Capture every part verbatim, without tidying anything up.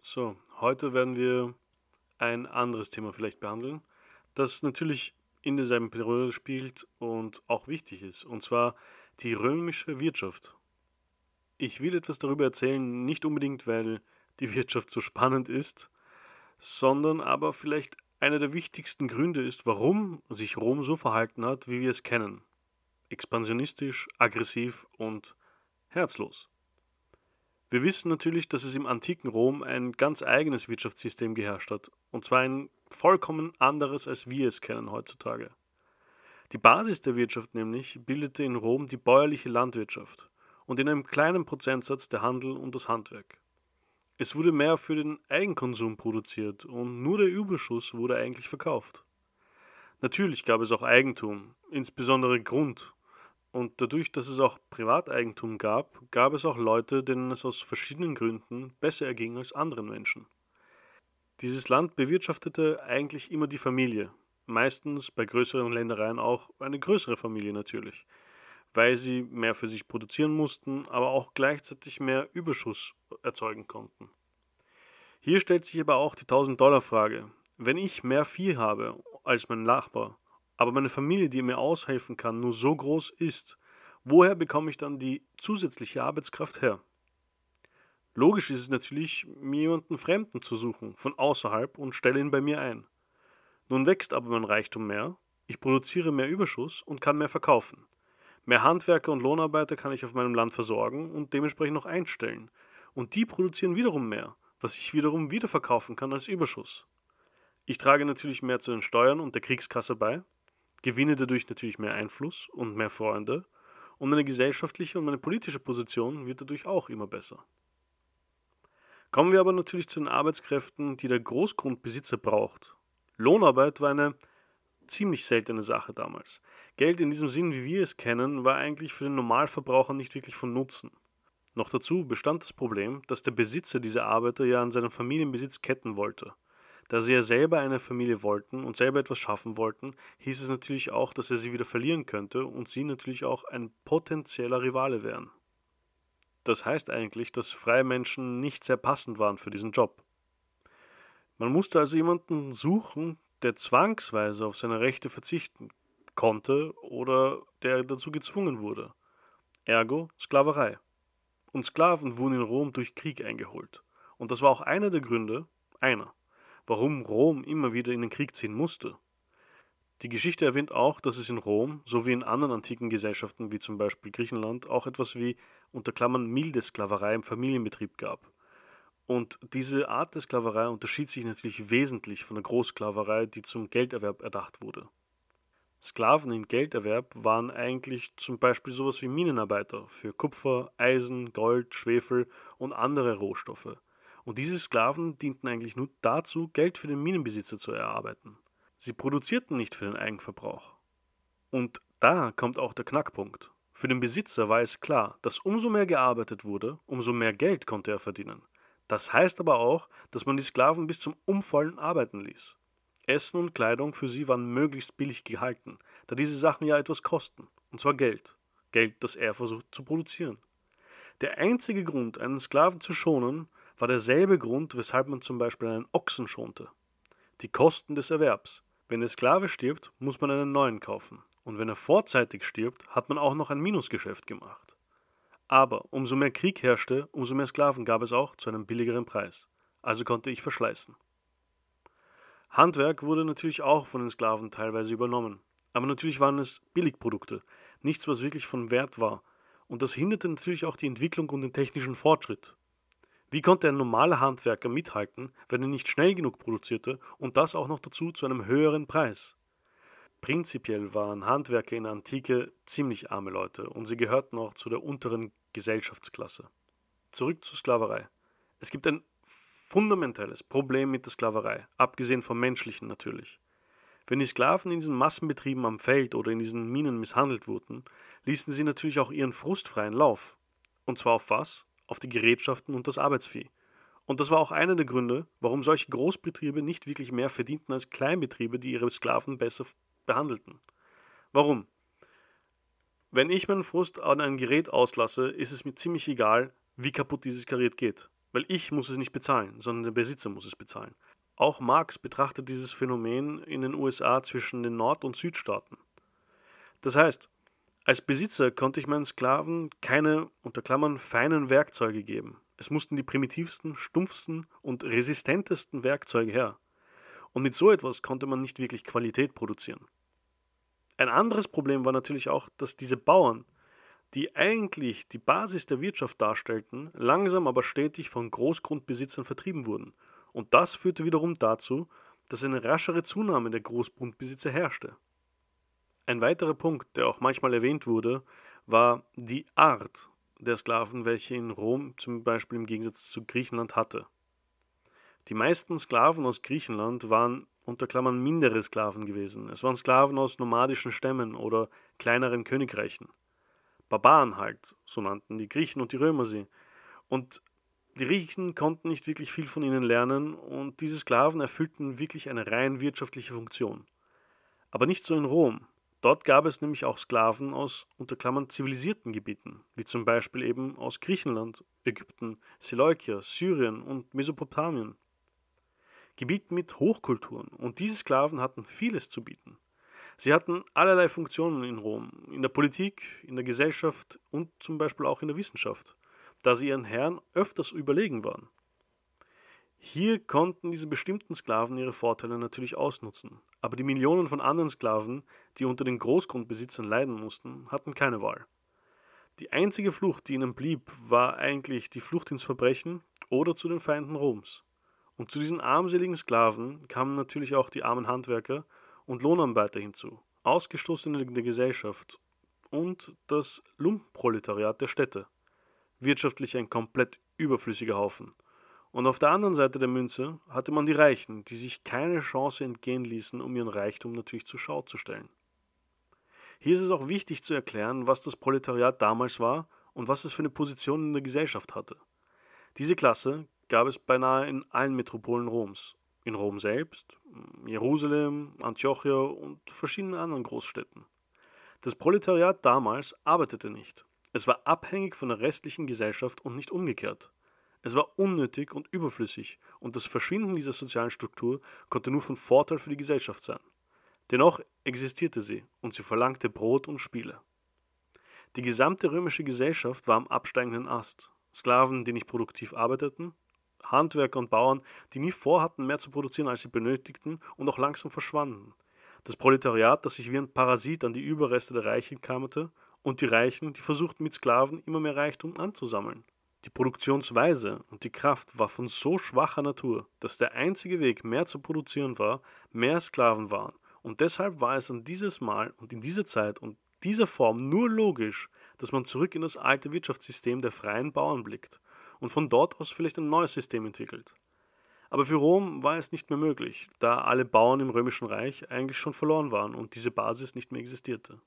So, heute werden wir ein anderes Thema vielleicht behandeln, das natürlich in derselben Periode spielt und auch wichtig ist, und zwar die römische Wirtschaft. Ich will etwas darüber erzählen, nicht unbedingt, weil die Wirtschaft so spannend ist, sondern aber vielleicht einer der wichtigsten Gründe ist, warum sich Rom so verhalten hat, wie wir es kennen. Expansionistisch, aggressiv und herzlos. Wir wissen natürlich, dass es im antiken Rom ein ganz eigenes Wirtschaftssystem geherrscht hat, und zwar ein vollkommen anderes, als wir es kennen heutzutage. Die Basis der Wirtschaft nämlich bildete in Rom die bäuerliche Landwirtschaft und in einem kleinen Prozentsatz der Handel und das Handwerk. Es wurde mehr für den Eigenkonsum produziert und nur der Überschuss wurde eigentlich verkauft. Natürlich gab es auch Eigentum, insbesondere Grund. Und dadurch, dass es auch Privateigentum gab, gab es auch Leute, denen es aus verschiedenen Gründen besser erging als anderen Menschen. Dieses Land bewirtschaftete eigentlich immer die Familie, meistens bei größeren Ländereien auch eine größere Familie natürlich, weil sie mehr für sich produzieren mussten, aber auch gleichzeitig mehr Überschuss erzeugen konnten. Hier stellt sich aber auch die tausend-Dollar-Frage. Wenn ich mehr Vieh habe als mein Nachbar, aber meine Familie, die mir aushelfen kann, nur so groß ist, woher bekomme ich dann die zusätzliche Arbeitskraft her? Logisch ist es natürlich, mir jemanden Fremden zu suchen, von außerhalb, und stelle ihn bei mir ein. Nun wächst aber mein Reichtum mehr, ich produziere mehr Überschuss und kann mehr verkaufen. Mehr Handwerker und Lohnarbeiter kann ich auf meinem Land versorgen und dementsprechend noch einstellen. Und die produzieren wiederum mehr, was ich wiederum wieder verkaufen kann als Überschuss. Ich trage natürlich mehr zu den Steuern und der Kriegskasse bei, gewinne dadurch natürlich mehr Einfluss und mehr Freunde, und meine gesellschaftliche und meine politische Position wird dadurch auch immer besser. Kommen wir aber natürlich zu den Arbeitskräften, die der Großgrundbesitzer braucht. Lohnarbeit war eine ziemlich seltene Sache damals. Geld in diesem Sinn, wie wir es kennen, war eigentlich für den Normalverbraucher nicht wirklich von Nutzen. Noch dazu bestand das Problem, dass der Besitzer diese Arbeiter ja an seinen Familienbesitz ketten wollte. Da sie ja selber eine Familie wollten und selber etwas schaffen wollten, hieß es natürlich auch, dass er sie wieder verlieren könnte und sie natürlich auch ein potenzieller Rivale wären. Das heißt eigentlich, dass freie Menschen nicht sehr passend waren für diesen Job. Man musste also jemanden suchen, der zwangsweise auf seine Rechte verzichten konnte oder der dazu gezwungen wurde. Ergo Sklaverei. Und Sklaven wurden in Rom durch Krieg eingeholt. Und das war auch einer der Gründe, einer, warum Rom immer wieder in den Krieg ziehen musste. Die Geschichte erwähnt auch, dass es in Rom, sowie in anderen antiken Gesellschaften wie zum Beispiel Griechenland, auch etwas wie unter Klammern milde Sklaverei im Familienbetrieb gab. Und diese Art der Sklaverei unterschied sich natürlich wesentlich von der Großsklaverei, die zum Gelderwerb erdacht wurde. Sklaven im Gelderwerb waren eigentlich zum Beispiel sowas wie Minenarbeiter für Kupfer, Eisen, Gold, Schwefel und andere Rohstoffe. Und diese Sklaven dienten eigentlich nur dazu, Geld für den Minenbesitzer zu erarbeiten. Sie produzierten nicht für den Eigenverbrauch. Und da kommt auch der Knackpunkt. Für den Besitzer war es klar, dass umso mehr gearbeitet wurde, umso mehr Geld konnte er verdienen. Das heißt aber auch, dass man die Sklaven bis zum Umfallen arbeiten ließ. Essen und Kleidung für sie waren möglichst billig gehalten, da diese Sachen ja etwas kosten, und zwar Geld. Geld, das er versucht zu produzieren. Der einzige Grund, einen Sklaven zu schonen, war derselbe Grund, weshalb man zum Beispiel einen Ochsen schonte. Die Kosten des Erwerbs. Wenn der Sklave stirbt, muss man einen neuen kaufen. Und wenn er vorzeitig stirbt, hat man auch noch ein Minusgeschäft gemacht. Aber umso mehr Krieg herrschte, umso mehr Sklaven gab es auch zu einem billigeren Preis. Also konnte ich verschleißen. Handwerk wurde natürlich auch von den Sklaven teilweise übernommen. Aber natürlich waren es Billigprodukte, nichts, was wirklich von Wert war. Und das hinderte natürlich auch die Entwicklung und den technischen Fortschritt. Wie konnte ein normaler Handwerker mithalten, wenn er nicht schnell genug produzierte und das auch noch dazu zu einem höheren Preis? Prinzipiell waren Handwerker in der Antike ziemlich arme Leute und sie gehörten auch zu der unteren Gesellschaftsklasse. Zurück zur Sklaverei. Es gibt ein fundamentales Problem mit der Sklaverei, abgesehen vom menschlichen natürlich. Wenn die Sklaven in diesen Massenbetrieben am Feld oder in diesen Minen misshandelt wurden, ließen sie natürlich auch ihren frustfreien Lauf. Und zwar auf was? Auf die Gerätschaften und das Arbeitsvieh. Und das war auch einer der Gründe, warum solche Großbetriebe nicht wirklich mehr verdienten als Kleinbetriebe, die ihre Sklaven besser behandelten. Warum? Wenn ich meinen Frust an ein Gerät auslasse, ist es mir ziemlich egal, wie kaputt dieses Gerät geht. weil ich muss es nicht bezahlen, sondern der Besitzer muss es bezahlen. Auch Marx betrachtet dieses Phänomen in den U S A zwischen den Nord- und Südstaaten. Das heißt, als Besitzer konnte ich meinen Sklaven keine, unter Klammern, feinen Werkzeuge geben. Es mussten die primitivsten, stumpfsten und resistentesten Werkzeuge her. Und mit so etwas konnte man nicht wirklich Qualität produzieren. Ein anderes Problem war natürlich auch, dass diese Bauern, die eigentlich die Basis der Wirtschaft darstellten, langsam aber stetig von Großgrundbesitzern vertrieben wurden. Und das führte wiederum dazu, dass eine raschere Zunahme der Großgrundbesitzer herrschte. Ein weiterer Punkt, der auch manchmal erwähnt wurde, war die Art der Sklaven, welche in Rom zum Beispiel im Gegensatz zu Griechenland hatte. Die meisten Sklaven aus Griechenland waren unter Klammern mindere Sklaven gewesen. Es waren Sklaven aus nomadischen Stämmen oder kleineren Königreichen. Barbaren halt, so nannten die Griechen und die Römer sie. Und die Griechen konnten nicht wirklich viel von ihnen lernen und diese Sklaven erfüllten wirklich eine rein wirtschaftliche Funktion. Aber nicht so in Rom. Dort gab es nämlich auch Sklaven aus unter Klammern zivilisierten Gebieten, wie zum Beispiel eben aus Griechenland, Ägypten, Seleukia, Syrien und Mesopotamien. Gebieten mit Hochkulturen, und diese Sklaven hatten vieles zu bieten. Sie hatten allerlei Funktionen in Rom, in der Politik, in der Gesellschaft und zum Beispiel auch in der Wissenschaft, da sie ihren Herren öfters überlegen waren. Hier konnten diese bestimmten Sklaven ihre Vorteile natürlich ausnutzen, aber die Millionen von anderen Sklaven, die unter den Großgrundbesitzern leiden mussten, hatten keine Wahl. Die einzige Flucht, die ihnen blieb, war eigentlich die Flucht ins Verbrechen oder zu den Feinden Roms. Und zu diesen armseligen Sklaven kamen natürlich auch die armen Handwerker und Lohnarbeiter hinzu, Ausgestoßene der Gesellschaft und das Lumpenproletariat der Städte, wirtschaftlich ein komplett überflüssiger Haufen. Und auf der anderen Seite der Münze hatte man die Reichen, die sich keine Chance entgehen ließen, um ihren Reichtum natürlich zur Schau zu stellen. Hier ist es auch wichtig zu erklären, was das Proletariat damals war und was es für eine Position in der Gesellschaft hatte. Diese Klasse gab es beinahe in allen Metropolen Roms, in Rom selbst, Jerusalem, Antiochia und verschiedenen anderen Großstädten. Das Proletariat damals arbeitete nicht. Es war abhängig von der restlichen Gesellschaft und nicht umgekehrt. Es war unnötig und überflüssig, und das Verschwinden dieser sozialen Struktur konnte nur von Vorteil für die Gesellschaft sein. Dennoch existierte sie, und sie verlangte Brot und Spiele. Die gesamte römische Gesellschaft war am absteigenden Ast. Sklaven, die nicht produktiv arbeiteten, Handwerker und Bauern, die nie vorhatten, mehr zu produzieren, als sie benötigten, und auch langsam verschwanden. Das Proletariat, das sich wie ein Parasit an die Überreste der Reichen klammerte, und die Reichen, die versuchten mit Sklaven immer mehr Reichtum anzusammeln. Die Produktionsweise und die Kraft war von so schwacher Natur, dass der einzige Weg, mehr zu produzieren war, mehr Sklaven waren. Und deshalb war es an dieses Mal und in dieser Zeit und dieser Form nur logisch, dass man zurück in das alte Wirtschaftssystem der freien Bauern blickt und von dort aus vielleicht ein neues System entwickelt. Aber für Rom war es nicht mehr möglich, da alle Bauern im Römischen Reich eigentlich schon verloren waren und diese Basis nicht mehr existierte.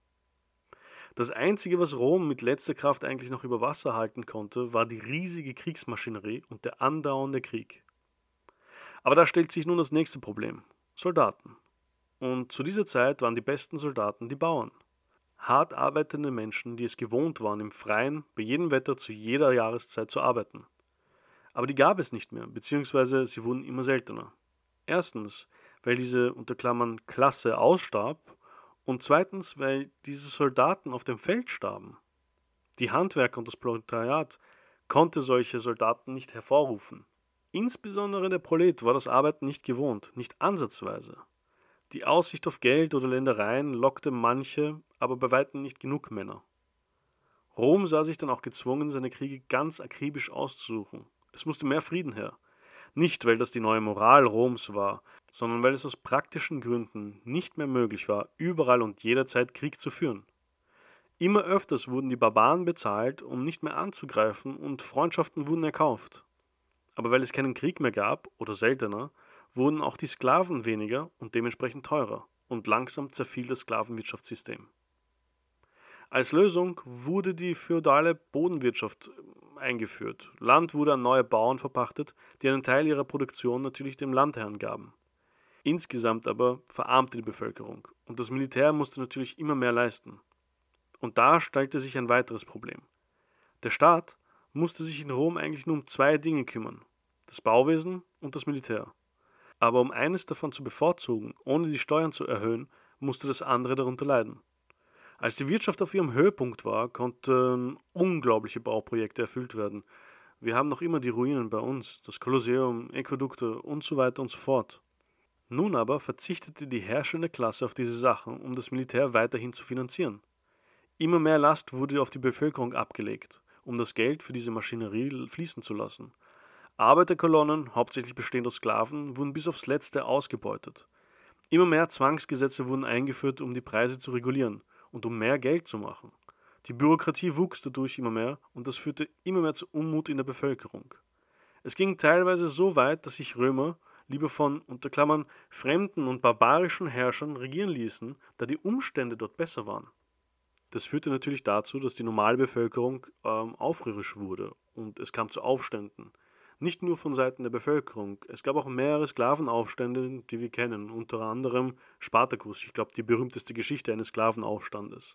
Das Einzige, was Rom mit letzter Kraft eigentlich noch über Wasser halten konnte, war die riesige Kriegsmaschinerie und der andauernde Krieg. Aber da stellt sich nun das nächste Problem: Soldaten. Und zu dieser Zeit waren die besten Soldaten die Bauern. Hart arbeitende Menschen, die es gewohnt waren, im Freien, bei jedem Wetter, zu jeder Jahreszeit zu arbeiten. Aber die gab es nicht mehr, beziehungsweise sie wurden immer seltener. Erstens, weil diese unter Klammern Klasse ausstarb, und zweitens, weil diese Soldaten auf dem Feld starben. Die Handwerker und das Proletariat konnte solche Soldaten nicht hervorrufen. Insbesondere der Prolet war das Arbeiten nicht gewohnt, nicht ansatzweise. Die Aussicht auf Geld oder Ländereien lockte manche, aber bei weitem nicht genug Männer. Rom sah sich dann auch gezwungen, seine Kriege ganz akribisch auszusuchen. Es musste mehr Frieden her. Nicht, weil das die neue Moral Roms war, sondern weil es aus praktischen Gründen nicht mehr möglich war, überall und jederzeit Krieg zu führen. Immer öfters wurden die Barbaren bezahlt, um nicht mehr anzugreifen, und Freundschaften wurden erkauft. Aber weil es keinen Krieg mehr gab, oder seltener, wurden auch die Sklaven weniger und dementsprechend teurer, und langsam zerfiel das Sklavenwirtschaftssystem. Als Lösung wurde die feudale Bodenwirtschaft eingeführt. Land wurde an neue Bauern verpachtet, die einen Teil ihrer Produktion natürlich dem Landherrn gaben. Insgesamt aber verarmte die Bevölkerung, und das Militär musste natürlich immer mehr leisten. Und da stellte sich ein weiteres Problem. Der Staat musste sich in Rom eigentlich nur um zwei Dinge kümmern: das Bauwesen und das Militär. Aber um eines davon zu bevorzugen, ohne die Steuern zu erhöhen, musste das andere darunter leiden. Als die Wirtschaft auf ihrem Höhepunkt war, konnten unglaubliche Bauprojekte erfüllt werden. Wir haben noch immer die Ruinen bei uns, das Kolosseum, Aquädukte und so weiter und so fort. Nun aber verzichtete die herrschende Klasse auf diese Sachen, um das Militär weiterhin zu finanzieren. Immer mehr Last wurde auf die Bevölkerung abgelegt, um das Geld für diese Maschinerie fließen zu lassen. Arbeiterkolonnen, hauptsächlich bestehend aus Sklaven, wurden bis aufs Letzte ausgebeutet. Immer mehr Zwangsgesetze wurden eingeführt, um die Preise zu regulieren und um mehr Geld zu machen. Die Bürokratie wuchs dadurch immer mehr und das führte immer mehr zu Unmut in der Bevölkerung. Es ging teilweise so weit, dass sich Römer lieber von, unter Klammern, fremden und barbarischen Herrschern regieren ließen, da die Umstände dort besser waren. Das führte natürlich dazu, dass die normale Bevölkerung ähm, aufrührisch wurde und es kam zu Aufständen. Nicht nur von Seiten der Bevölkerung, es gab auch mehrere Sklavenaufstände, die wir kennen, unter anderem Spartacus, ich glaube die berühmteste Geschichte eines Sklavenaufstandes.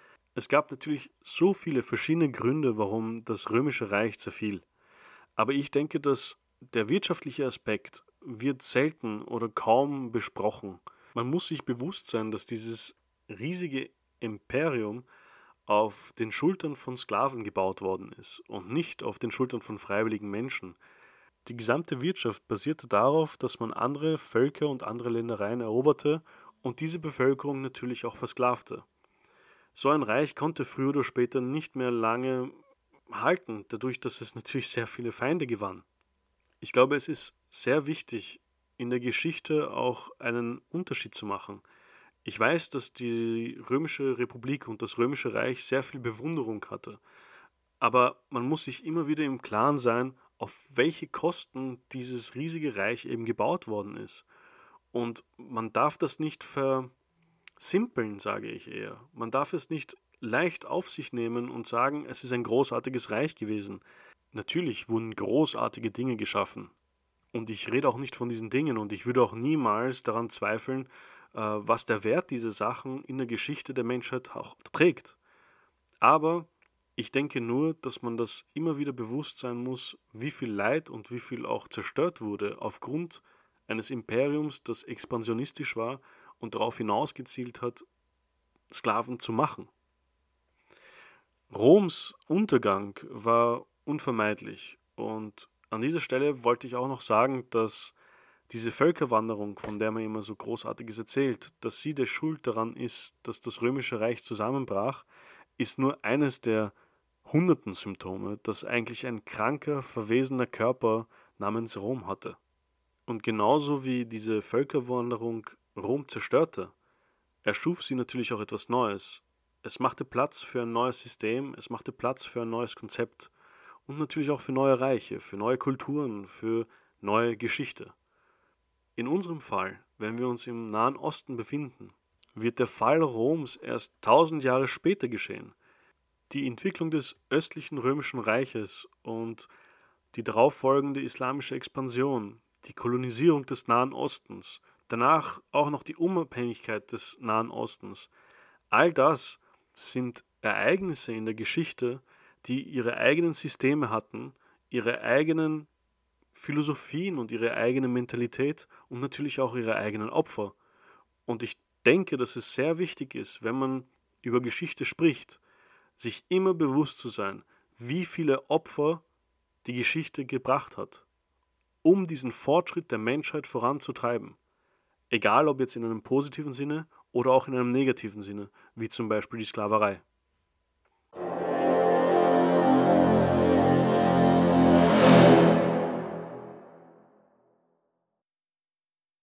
Es gab natürlich so viele verschiedene Gründe, warum das Römische Reich zerfiel. Aber ich denke, dass der wirtschaftliche Aspekt wird selten oder kaum besprochen. Man muss sich bewusst sein, dass dieses riesige Imperium auf den Schultern von Sklaven gebaut worden ist und nicht auf den Schultern von freiwilligen Menschen. Die gesamte Wirtschaft basierte darauf, dass man andere Völker und andere Ländereien eroberte und diese Bevölkerung natürlich auch versklavte. So ein Reich konnte früher oder später nicht mehr lange halten, dadurch, dass es natürlich sehr viele Feinde gewann. Ich glaube, es ist sehr wichtig, in der Geschichte auch einen Unterschied zu machen. Ich weiß, dass die Römische Republik und das Römische Reich sehr viel Bewunderung hatte. Aber man muss sich immer wieder im Klaren sein, auf welche Kosten dieses riesige Reich eben gebaut worden ist. Und man darf das nicht versimpeln, sage ich eher. Man darf es nicht leicht auf sich nehmen und sagen, es ist ein großartiges Reich gewesen. Natürlich wurden großartige Dinge geschaffen. Und ich rede auch nicht von diesen Dingen und ich würde auch niemals daran zweifeln, äh, was der Wert dieser Sachen in der Geschichte der Menschheit auch trägt. Aber ich denke nur, dass man das immer wieder bewusst sein muss, wie viel Leid und wie viel auch zerstört wurde aufgrund eines Imperiums, das expansionistisch war und darauf hinausgezielt hat, Sklaven zu machen. Roms Untergang war unvermeidlich und an dieser Stelle wollte ich auch noch sagen, dass diese Völkerwanderung, von der man immer so Großartiges erzählt, dass sie der Schuld daran ist, dass das Römische Reich zusammenbrach, ist nur eines der hunderten Symptome, das eigentlich ein kranker, verwesener Körper namens Rom hatte. Und genauso wie diese Völkerwanderung Rom zerstörte, erschuf sie natürlich auch etwas Neues. Es machte Platz für ein neues System, es machte Platz für ein neues Konzept und natürlich auch für neue Reiche, für neue Kulturen, für neue Geschichte. In unserem Fall, wenn wir uns im Nahen Osten befinden, wird der Fall Roms erst tausend Jahre später geschehen. Die Entwicklung des östlichen römischen Reiches und die darauffolgende islamische Expansion, die Kolonisierung des Nahen Ostens, danach auch noch die Unabhängigkeit des Nahen Ostens, all das sind Ereignisse in der Geschichte, die ihre eigenen Systeme hatten, ihre eigenen Philosophien und ihre eigene Mentalität und natürlich auch ihre eigenen Opfer. Und ich denke, dass es sehr wichtig ist, wenn man über Geschichte spricht, sich immer bewusst zu sein, wie viele Opfer die Geschichte gebracht hat, um diesen Fortschritt der Menschheit voranzutreiben. Egal ob jetzt in einem positiven Sinne oder auch in einem negativen Sinne, wie zum Beispiel die Sklaverei.